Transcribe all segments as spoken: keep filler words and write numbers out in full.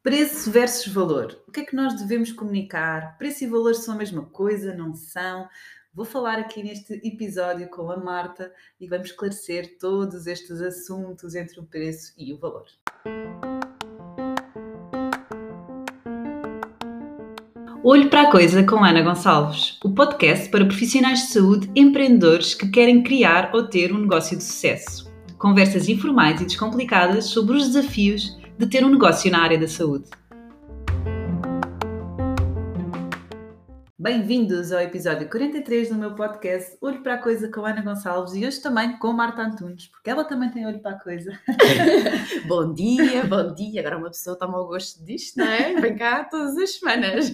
Preço versus valor. O que é que nós devemos comunicar? Preço e valor são a mesma coisa? Não são? Vou falar aqui neste episódio com a Marta e vamos esclarecer todos estes assuntos entre o preço e o valor. Olho para a Coisa com Ana Gonçalves, o podcast para profissionais de saúde empreendedores que querem criar ou ter um negócio de sucesso. Conversas informais e descomplicadas sobre os desafios de ter um negócio na área da saúde. Bem-vindos ao episódio quarenta e três do meu podcast Olho para a Coisa com Ana Gonçalves e hoje também com Marta Antunes, porque ela também tem olho para a coisa. Bom dia, bom dia. Agora uma pessoa toma o gosto disto, não é? Vem cá todas as semanas.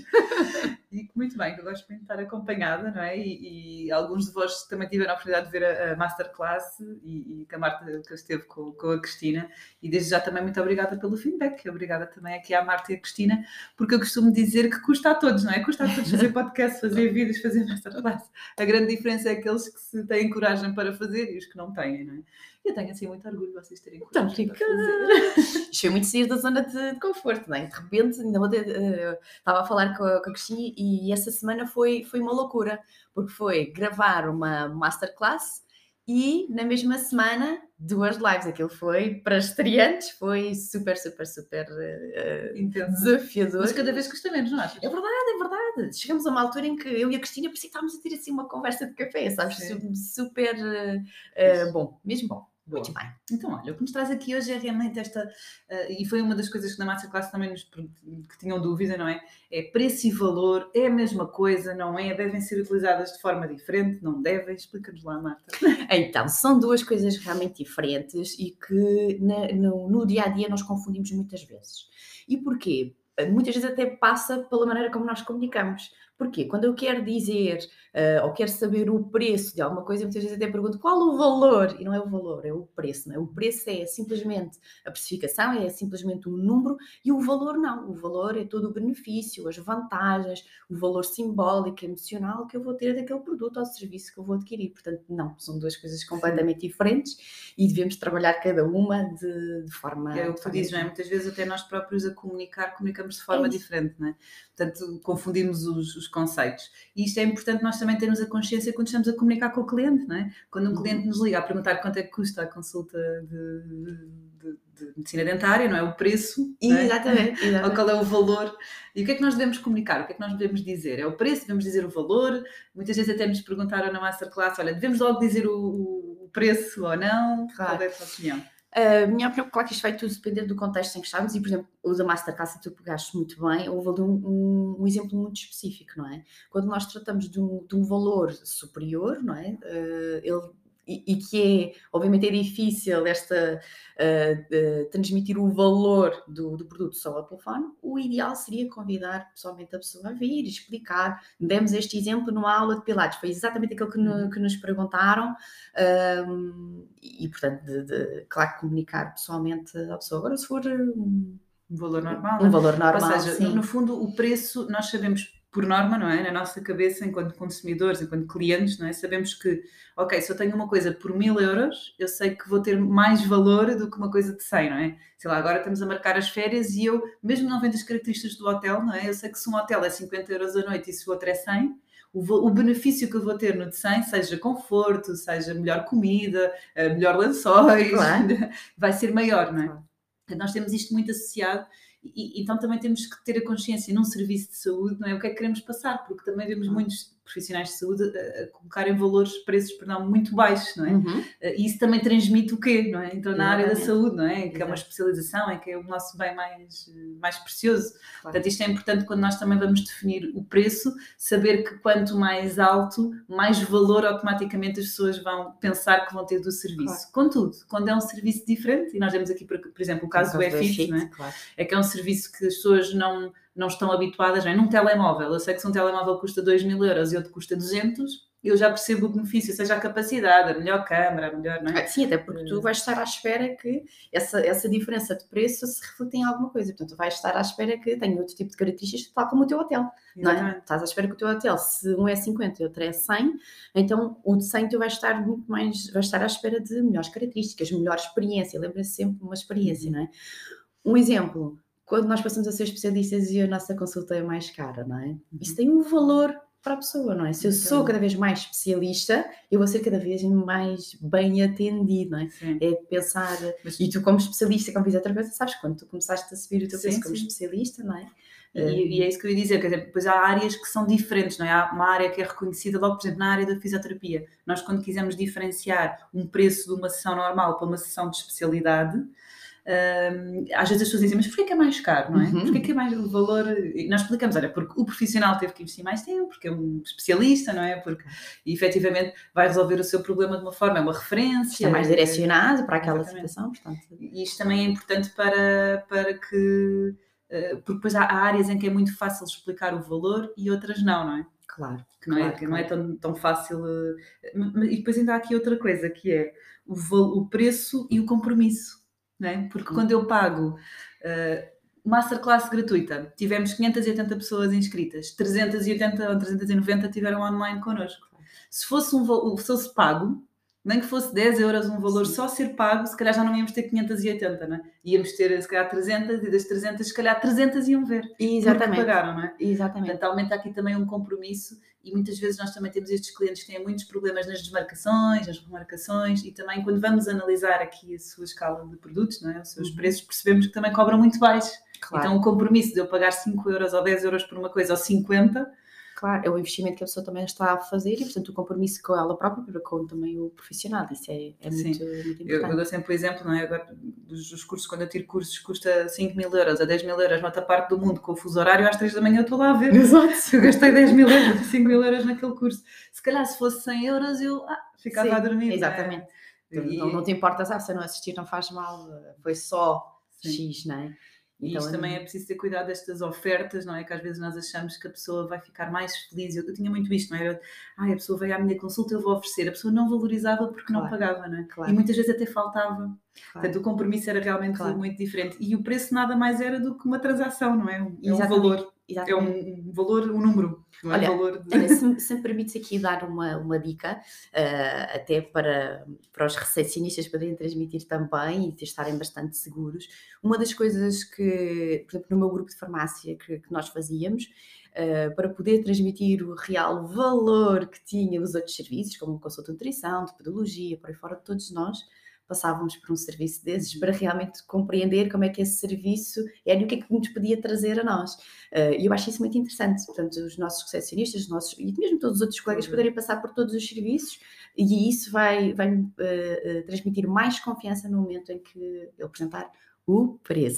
E muito bem, que eu gosto muito de estar acompanhada, não é? E, e alguns de vós também tiveram a oportunidade de ver a, a Masterclass e, e que a Marta que esteve com, com a Cristina. E desde já também muito obrigada pelo feedback. Obrigada também aqui à Marta e à Cristina, porque eu costumo dizer que custa a todos, não é? Custa a todos fazer podcast, fazer vídeos, fazer Masterclass. A grande diferença é aqueles que se têm coragem para fazer e os que não têm, não é? Eu tenho assim muito orgulho de vocês terem coragem Então, para fazer. Isto foi muito sair da zona de, de conforto, não é? De repente, ainda ontem, uh, estava a falar com a, com a Cristina e essa semana foi, foi uma loucura, porque foi gravar uma masterclass e na mesma semana duas lives. Aquilo foi, para estreantes, foi super, super, super uh, desafiador. Mas cada vez custa menos, não é? É verdade, é verdade. Chegamos a uma altura em que eu e a Cristina parecia que estávamos a ter assim uma conversa de café, sabes? Sim. Super uh, uh, bom, mesmo bom. Boa. Muito bem. Então, olha, o que nos traz aqui hoje é realmente esta, uh, e foi uma das coisas que na Masterclass também nos que tinham dúvida, não é? É preço e valor, é a mesma coisa, não é? Devem ser utilizadas de forma diferente, não devem? Explica-nos lá, Marta. Então, são duas coisas realmente diferentes e que na, no, no dia-a-dia nós confundimos muitas vezes. E porquê? Muitas vezes até passa pela maneira como nós comunicamos. Porquê? Quando eu quero dizer uh, ou quero saber o preço de alguma coisa, muitas vezes até pergunto qual o valor, e não é o valor, é o preço, não é? O preço é simplesmente a precificação, é simplesmente um número, e o valor não. O valor é todo o benefício, as vantagens, o valor simbólico, emocional que eu vou ter daquele produto ou serviço que eu vou adquirir. Portanto, não, são duas coisas completamente Sim. diferentes e devemos trabalhar cada uma de, de forma... É o que tu dizes, não é? Muitas vezes até nós próprios a comunicar, comunicamos de forma é diferente, não é? Portanto, confundimos os, os conceitos. E isto é importante nós também termos a consciência quando estamos a comunicar com o cliente, não é? Quando um cliente nos liga a perguntar quanto é que custa a consulta de, de, de medicina dentária, não é? O preço, exatamente, é? Ou qual é o valor. E o que é que nós devemos comunicar? O que é que nós devemos dizer? É o preço? Devemos dizer o valor? Muitas vezes até nos perguntaram na Masterclass, olha, devemos logo dizer o, o preço ou não? Claro. Qual é a tua opinião? A minha opinião, claro que isto vai tudo depender do contexto em que estamos e, por exemplo, o da Masterclass, tu pegaste muito bem, houve ali um, um, um exemplo muito específico, não é? Quando nós tratamos de um, de um valor superior, não é? Uh, ele, e, e que é, obviamente é difícil esta, uh, transmitir o valor do, do produto só ao telefone, o ideal seria convidar pessoalmente a pessoa a vir, explicar. Demos este exemplo numa aula de Pilates, foi exatamente aquilo que, no, que nos perguntaram, um, e, portanto, de, de, claro que comunicar pessoalmente à pessoa. Agora, se for um, um valor normal, um valor normal, ou seja, sim. No, no fundo, o preço, nós sabemos por norma, não é? Na nossa cabeça, enquanto consumidores, enquanto clientes, não é? Sabemos que, ok, se eu tenho uma coisa por mil euros, eu sei que vou ter mais valor do que uma coisa de cem, não é? Sei lá, agora estamos a marcar as férias e eu, mesmo não vendo as características do hotel, não é? Eu sei que se um hotel é cinquenta euros a noite e se o outro é cem, o, o benefício que eu vou ter no de cem, seja conforto, seja melhor comida, melhor lençóis, claro. vai ser maior, não é? Claro. Nós temos isto muito associado. E, então também temos que ter a consciência num serviço de saúde, não é? O que é que queremos passar, porque também vemos muitos profissionais de saúde a, a colocarem valores, preços, perdão, muito baixos, não é? Uhum. E isso também transmite o quê, não é? Então na Exatamente. área da saúde, não é? Que Exato. é uma especialização, é que é o nosso bem mais, mais precioso. Claro. Portanto, isto é importante quando nós também vamos definir o preço, saber que quanto mais alto, mais valor automaticamente as pessoas vão pensar que vão ter do serviço. Claro. Contudo, quando é um serviço diferente, e nós vemos aqui, por, por exemplo, o caso, o caso do E-Fit, não é? Claro. É que é um serviço que as pessoas não, não estão habituadas, não é? Num telemóvel, eu sei que se um telemóvel custa dois mil euros e outro custa duzentos, eu já percebo o benefício, seja a capacidade, a melhor câmara, a melhor, não é? Sim, até porque tu vais estar à espera que essa, essa diferença de preço se reflete em alguma coisa, portanto tu vais estar à espera que tenha outro tipo de características, tal como o teu hotel, não é? Estás à espera que o teu hotel, se um é cinquenta e outro é cem, então o de cem tu vais estar muito mais, vais estar à espera de melhores características, melhor experiência, lembra-se sempre uma experiência, não é? Um exemplo, quando nós passamos a ser especialistas e a nossa consulta é mais cara, não é? Uhum. Isso tem um valor para a pessoa, não é? Se eu sou Exatamente. cada vez mais especialista, eu vou ser cada vez mais bem atendido, não é? Sim. É pensar, Mas- e tu como especialista, como fisioterapeuta, sabes, quando tu começaste a subir o teu Sim, preço como sim. especialista, não é? E, e é isso que eu ia dizer, quer dizer, depois há áreas que são diferentes, não é? Há uma área que é reconhecida logo, por exemplo, na área da fisioterapia. Nós, quando quisermos diferenciar um preço de uma sessão normal para uma sessão de especialidade, hum, às vezes as pessoas dizem, mas porquê que é mais caro, não é? Uhum. Porquê que é mais o valor? E nós explicamos, olha, porque o profissional teve que investir mais tempo, porque é um especialista, não é? Porque, e, efetivamente, vai resolver o seu problema de uma forma, é uma referência. Está mais direcionado para aquela Exatamente. situação, portanto. E isto também é importante para, para que... Uh, porque depois há, há áreas em que é muito fácil explicar o valor e outras não, não é? Claro. Que não, claro, é, que claro. não é tão, tão fácil. Uh, e depois ainda há aqui outra coisa, que é o, o preço e o compromisso, não é? Porque Hum. quando eu pago uh, masterclass gratuita, tivemos quinhentas e oitenta pessoas inscritas, trezentas e oitenta ou trezentas e noventa tiveram online connosco. Se fosse, um, se fosse pago, nem que fosse dez euros um valor, sim, só ser pago, se calhar já não íamos ter quinhentas e oitenta, não é? Íamos ter, se calhar, trezentas, e das trezentas, se calhar, trezentas iam ver. Exatamente. Porque pagaram, não é? Exatamente. Portanto, aumenta aqui também um compromisso, e muitas vezes nós também temos estes clientes que têm muitos problemas nas desmarcações, nas remarcações, e também quando vamos analisar aqui a sua escala de produtos, não é? Os seus, uhum, preços, percebemos que também cobram muito baixo. Claro. Então, o compromisso de eu pagar cinco euros ou dez euros por uma coisa, ou cinquenta... Claro, é o investimento que a pessoa também está a fazer e, portanto, o compromisso com ela própria, com também o profissional. Isso é, é muito, muito importante. Eu, eu dou sempre o exemplo, não é? Agora, dos, dos cursos, quando eu tiro cursos, custa cinco mil euros a dez mil euros noutra parte do mundo, com o fuso horário, às três da manhã eu estou lá a ver. Exato. Eu gastei dez mil euros, cinco mil euros naquele curso. Se calhar, se fosse cem euros, eu ah, ficava, sim, a dormir. Exatamente. Não, é? e... não, não te importa, ah, se eu não assistir não faz mal, foi só, sim, X, não é? E então, isto também é preciso ter cuidado destas ofertas, não é? Que às vezes nós achamos que a pessoa vai ficar mais feliz. Eu, eu tinha muito isto, não é? Ah, a pessoa veio à minha consulta, eu vou oferecer. A pessoa não valorizava porque, claro, não pagava, não é? Claro. E muitas vezes até faltava. Claro. Portanto, o compromisso era realmente, claro, muito diferente. E o preço nada mais era do que uma transação, não é? É um valor. Exatamente. É um, um valor, um número. Não é? Olha, um valor de... Ana, se, se me permites aqui dar uma, uma dica, uh, até para, para os recepcionistas poderem transmitir também e estarem bastante seguros. Uma das coisas que, por exemplo, no meu grupo de farmácia que, que nós fazíamos, uh, para poder transmitir o real valor que tinha os outros serviços, como consulta de nutrição, de podologia, por aí fora, todos nós passávamos por um serviço desses para realmente compreender como é que esse serviço era e o que é que nos podia trazer a nós. E uh, eu acho isso muito interessante. Portanto, os nossos recepcionistas, os nossos, e mesmo todos os outros colegas, uhum, poderem passar por todos os serviços, e isso vai, vai uh, uh, transmitir mais confiança no momento em que eu apresentar o preço.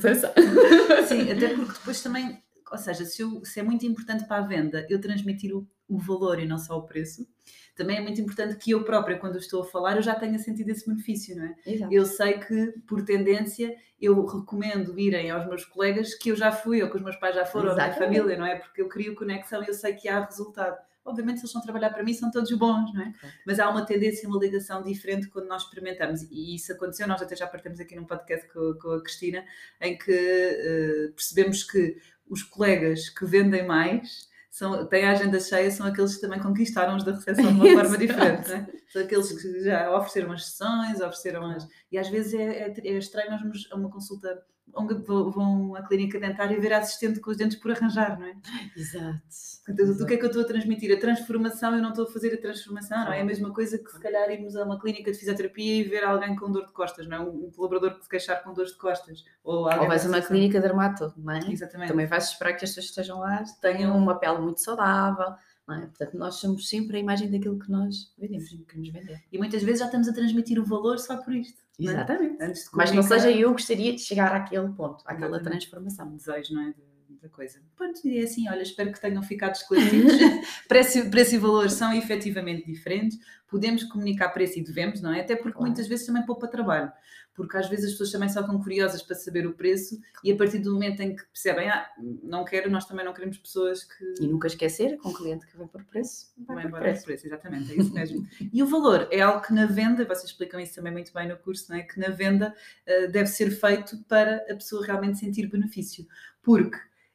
Sim, até porque depois também, ou seja, se, eu, se é muito importante para a venda eu transmitir o, o valor e não só o preço, também é muito importante que eu própria, quando eu estou a falar, eu já tenha sentido esse benefício, não é? Exato. Eu sei que, por tendência, eu recomendo irem aos meus colegas que eu já fui, ou que os meus pais já foram, ou a minha família, não é? Porque eu crio conexão e eu sei que há resultado. Obviamente, se eles estão a trabalhar para mim, são todos bons, não é? Okay. Mas há uma tendência, uma ligação diferente quando nós experimentamos. E isso aconteceu, nós até já partimos aqui num podcast com, com a Cristina, em que uh, percebemos que os colegas que vendem mais... São, têm a agenda cheia, são aqueles que também conquistaram os da recepção de uma forma diferente, não é? São aqueles que já ofereceram as sessões, ofereceram as... E às vezes é, é, é estranho nós vamos a uma consulta, vão à clínica dentária e ver a assistente com os dentes por arranjar, não é? Exato. Então, Exato. O que é que eu estou a transmitir? A transformação, eu não estou a fazer a transformação, não é? É a mesma coisa que se calhar irmos a uma clínica de fisioterapia e ver alguém com dor de costas, não é? Um colaborador que se queixar com dores de costas. Ou, ou vais a uma clínica de dermato, não é? Exatamente. Também vais esperar que as pessoas que estejam lá tenham uma pele muito saudável, não é? Portanto, nós somos sempre a imagem daquilo que nós vendemos, que queremos vender. E muitas vezes já estamos a transmitir o valor só por isto. Exatamente. Não é? Antes de Mas não seja eu gostaria de chegar àquele ponto, àquela Exatamente. Transformação. Desejo, não é? Da coisa. Pronto, e é assim, olha, espero que tenham ficado esclarecidos. preço, preço e valor são efetivamente diferentes, podemos comunicar preço e devemos, não é? Até porque claro. Muitas vezes também poupa trabalho, porque às vezes as pessoas também só ficam curiosas para saber o preço e a partir do momento em que percebem, ah, não quero, nós também não queremos pessoas que... E nunca esquecer, com um cliente que vem por preço, vai, vai embora por preço, exatamente, é isso mesmo. E o valor é algo que na venda, vocês explicam isso também muito bem no curso, não é? Que na venda uh, deve ser feito para a pessoa realmente sentir benefício, porque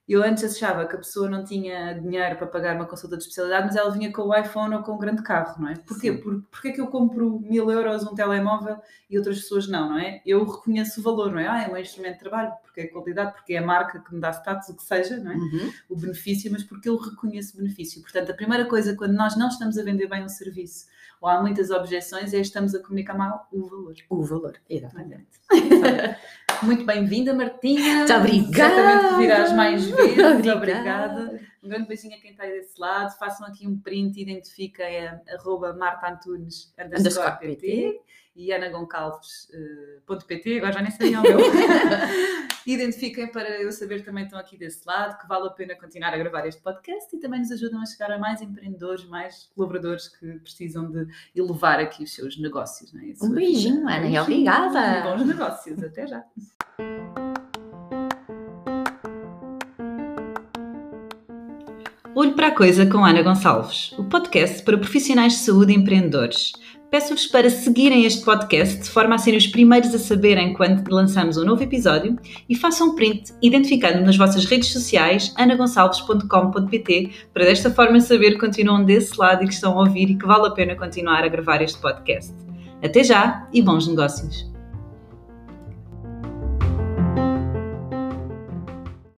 Eu antes achava que a pessoa não tinha dinheiro para pagar uma consulta de especialidade, mas ela vinha com o iPhone ou com um grande carro, não é? Porquê? Por, porque é que eu compro mil euros um telemóvel e outras pessoas não, não é? Eu reconheço o valor, não é? Ah, é um instrumento de trabalho, porque é a qualidade, porque é a marca que me dá status, o que seja, não é? Uhum. O benefício, mas porque eu reconheço o benefício. Portanto, a primeira coisa, quando nós não estamos a vender bem um serviço, ou há muitas objeções, é que estamos a comunicar mal o valor. O valor, exatamente. Muito bem-vinda, Martinha. Muito obrigada. Certamente que virás mais vezes. Obrigada. Obrigada. Um grande beijinho a quem está aí desse lado. Façam aqui um print, identifiquem a arroba Marta Antunes underscore pt e Ana Goncalves ponto pt. Agora já nem sei o meu. Identifiquem para eu saber que também estão aqui desse lado, que vale a pena continuar a gravar este podcast e também nos ajudam a chegar a mais empreendedores, mais colaboradores que precisam de elevar aqui os seus negócios. Não é? Um beijinho, Ana, e obrigada. Bons negócios. Até já. Olho para a Coisa com Ana Gonçalves, o podcast para profissionais de saúde e empreendedores. Peço-vos para seguirem este podcast de forma a serem os primeiros a saberem quando lançamos um novo episódio e façam um print identificando-me nas vossas redes sociais ana gonçalves ponto com ponto pt para desta forma saber que continuam desse lado e que estão a ouvir e que vale a pena continuar a gravar este podcast. Até já e bons negócios!